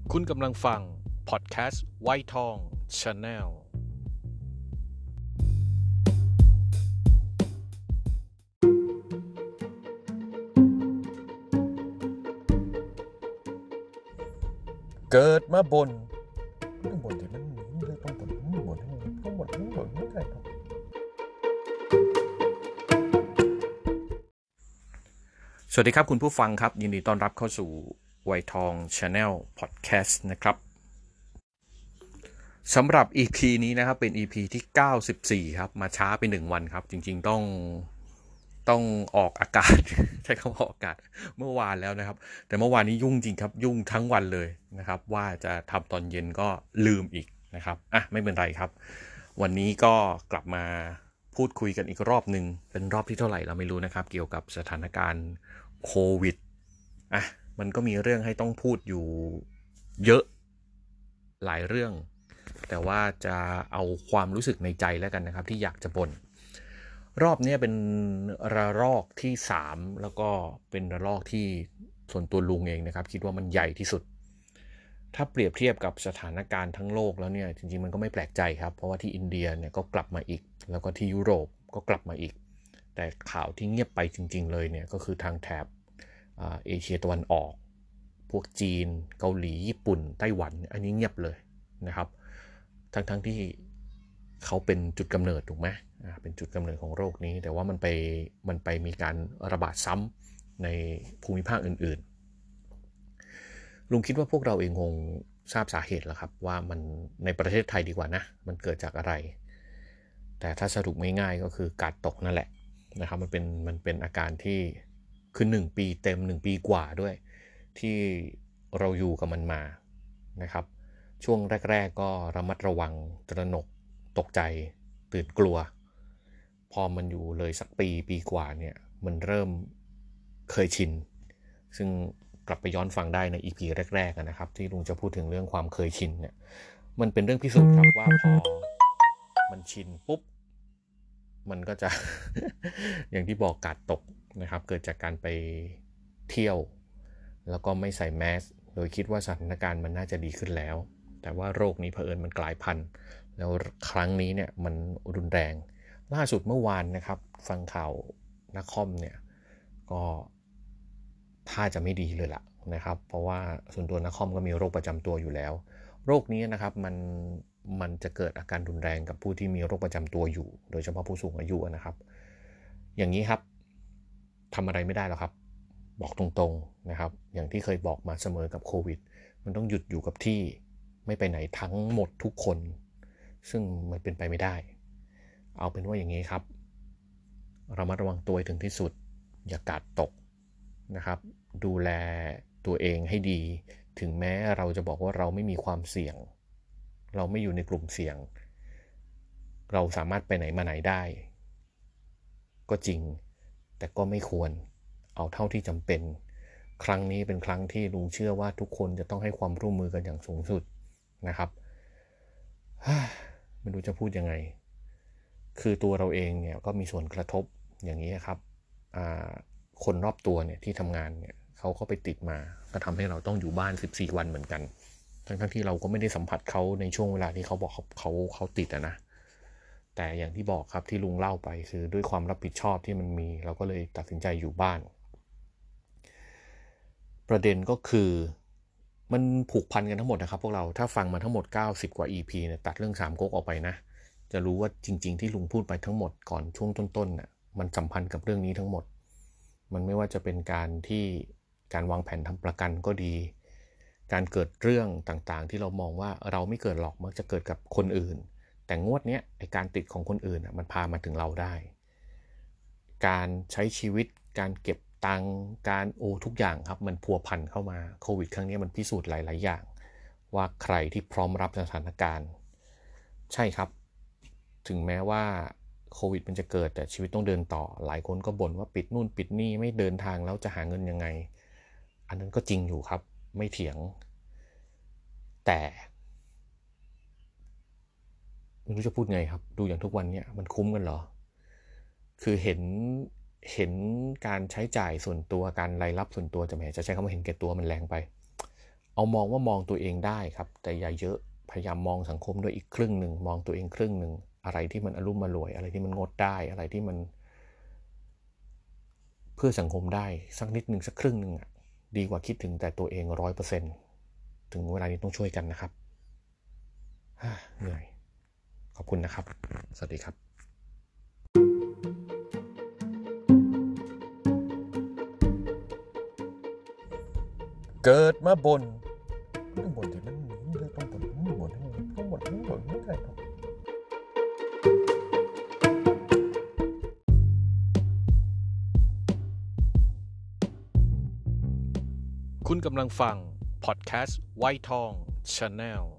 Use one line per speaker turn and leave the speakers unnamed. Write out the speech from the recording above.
คุณกำลังฟังพอดแคสต์ไวท์ทอง Channelเกิดมาบนต้องบนที่มันต้องบนไม่ใช่ครับสวัสดีครับคุณผู้ฟังครับยินดีต้อนรับเข้าสู่ไวท์ทอง Channel Podcast นะครับสำหรับ EP นี้นะครับเป็น EP ที่94ครับมาช้าไป1วันครับจริงๆต้องออกอากาศ ใช้คำว่าออกอากาศเมื่อวานแล้วนะครับแต่เมื่อวานนี้ยุ่งจริงครับยุ่งทั้งวันเลยนะครับว่าจะทำตอนเย็นก็ลืมอีกนะครับไม่เป็นไรครับวันนี้ก็กลับมาพูดคุยกันอีกรอบหนึ่งเป็นรอบที่เท่าไหร่เราไม่รู้นะครับเกี่ยวกับสถานการณ์โควิดมันก็มีเรื่องให้ต้องพูดอยู่เยอะหลายเรื่องแต่ว่าจะเอาความรู้สึกในใจแล้วกันนะครับที่อยากจะบ่นรอบนี้เป็นระลอกที่3แล้วก็เป็นระลอกที่ส่วนตัวลุงเองนะครับคิดว่ามันใหญ่ที่สุดถ้าเปรียบเทียบกับสถานการณ์ทั้งโลกแล้วเนี่ยจริงๆมันก็ไม่แปลกใจครับเพราะว่าที่อินเดียเนี่ยก็กลับมาอีกแล้วก็ที่ยุโรปก็กลับมาอีกแต่ข่าวที่เงียบไปจริงๆเลยเนี่ยก็คือทางแถบเอเชียตะวันออกพวกจีนเกาหลีญี่ปุ่นไต้หวันอันนี้เงียบเลยนะครับทั้งที่เขาเป็นจุดกำเนิดถูกไหมเป็นจุดกำเนิดของโรคนี้แต่ว่ามันไปมีการระบาดซ้ำในภูมิภาคอื่นๆลุงคิดว่าพวกเราเองคงทราบสาเหตุแล้วครับว่ามันในประเทศไทยดีกว่านะมันเกิดจากอะไรแต่ถ้าสรุปง่ายๆก็คือกาดตกนั่นแหละนะครับมันเป็นอาการที่คือ1ปีเต็ม1ปีกว่าด้วยที่เราอยู่กับมันมานะครับช่วงแรกๆก็ระมัดระวังตระหนกตกใจตื่นกลัวพอมันอยู่เลยสักปีกว่าเนี่ยมันเริ่มเคยชินซึ่งกลับไปย้อนฟังได้ใน EP แรกๆนะครับที่ลุงจะพูดถึงเรื่องความเคยชินเนี่ยมันเป็นเรื่องพิสูจน์ครับว่าพอมันชินปุ๊บมันก็จะ อย่างที่บอกกาดตกนะครับเกิดจากการไปเที่ยวแล้วก็ไม่ใส่แมสโดยคิดว่าสถานการณ์มันน่าจะดีขึ้นแล้วแต่ว่าโรคนี้เผอิญมันกลายพันธุ์แล้วครั้งนี้เนี่ยมันรุนแรงล่าสุดเมื่อวานนะครับฟังข่าวนักคอมเนี่ยก็ท่าจะไม่ดีเลยล่ะนะครับเพราะว่าส่วนตัวนักคอมก็มีโรคประจำตัวอยู่แล้วโรคนี้นะครับมันจะเกิดอาการรุนแรงกับผู้ที่มีโรคประจำตัวอยู่โดยเฉพาะผู้สูงอายุนะครับอย่างนี้ครับทำอะไรไม่ได้หรอกครับบอกตรงๆนะครับอย่างที่เคยบอกมาเสมอกับโควิดมันต้องหยุดอยู่กับที่ไม่ไปไหนทั้งหมดทุกคนซึ่งมันเป็นไปไม่ได้เอาเป็นว่าอย่างนี้ครับเรามาระวังตัวถึงที่สุดอย่ากาดตกนะครับดูแลตัวเองให้ดีถึงแม้เราจะบอกว่าเราไม่มีความเสี่ยงเราไม่อยู่ในกลุ่มเสี่ยงเราสามารถไปไหนมาไหนได้ก็จริงแต่ก็ไม่ควรเอาเท่าที่จำเป็นครั้งนี้เป็นครั้งที่ลุงเชื่อว่าทุกคนจะต้องให้ความร่วมมือกันอย่างสูงสุดนะครับไม่รู้จะพูดยังไงคือตัวเราเองเนี่ยก็มีส่วนกระทบอย่างนี้ครับคนรอบตัวเนี่ยที่ทำงานเนี่ยเขาก็ไปติดมาก็ทำให้เราต้องอยู่บ้าน14วันเหมือนกันทั้งที่เราก็ไม่ได้สัมผัสเขาในช่วงเวลาที่เขาบอกเขาติดนะแต่อย่างที่บอกครับที่ลุงเล่าไปคือด้วยความรับผิดชอบที่มันมีเราก็เลยตัดสินใจอยู่บ้านประเด็นก็คือมันผูกพันกันทั้งหมดนะครับพวกเราถ้าฟังมาทั้งหมด90กว่า EP เนี่ยตัดเรื่อง3ก๊กออกไปนะจะรู้ว่าจริงๆที่ลุงพูดไปทั้งหมดก่อนช่วงต้นๆน่ะมันสัมพันธ์กับเรื่องนี้ทั้งหมดมันไม่ว่าจะเป็นการวางแผนทำประกันก็ดีการเกิดเรื่องต่างๆที่เรามองว่าเราไม่เกิดหรอกมักจะเกิดกับคนอื่นแต่งวดเนี้ยไอการติดของคนอื่นมันพามาถึงเราได้การใช้ชีวิตการเก็บตังการทุกอย่างครับมันพัวพันเข้ามาโควิดครั้งนี้มันพิสูจน์หลายๆอย่างว่าใครที่พร้อมรับสถานการณ์ใช่ครับถึงแม้ว่าโควิดมันจะเกิดแต่ชีวิตต้องเดินต่อหลายคนก็บ่นว่าปิดนู่นปิดนี่ไม่เดินทางแล้วจะหาเงินยังไงอันนั้นก็จริงอยู่ครับไม่เถียงแต่ไม่รู้จะพูดไงครับดูอย่างทุกวันนี้มันคุ้มกันเหรอคือเห็นการใช้จ่ายส่วนตัวการรายรับส่วนตัวจะใช้คำว่าเห็นแก่ตัวมันแรงไปเอามองว่ามองตัวเองได้ครับแต่อย่าเยอะพยายามมองสังคมด้วยอีกครึ่งหนึ่งมองตัวเองครึ่งหนึ่งอะไรที่มันอรุ่มอร่วยอะไรที่มันงดได้อะไรที่มันเพื่อสังคมได้สักนิดหนึ่งสักครึ่งหนึ่งดีกว่าคิดถึงแต่ตัวเอง100%ถึงเวลานี้ต้องช่วยกันนะครับเหนื่อยขอบคุณนะครับสวัสดีครับเกิดมาบนต้องบ่นแต่มันเลยต้องบ่นต้องบ่นต้องบ่นต้องบ่นไม่ได้ครับคุณกำลังฟังพอดแคสต์ไวท์ทอง Channel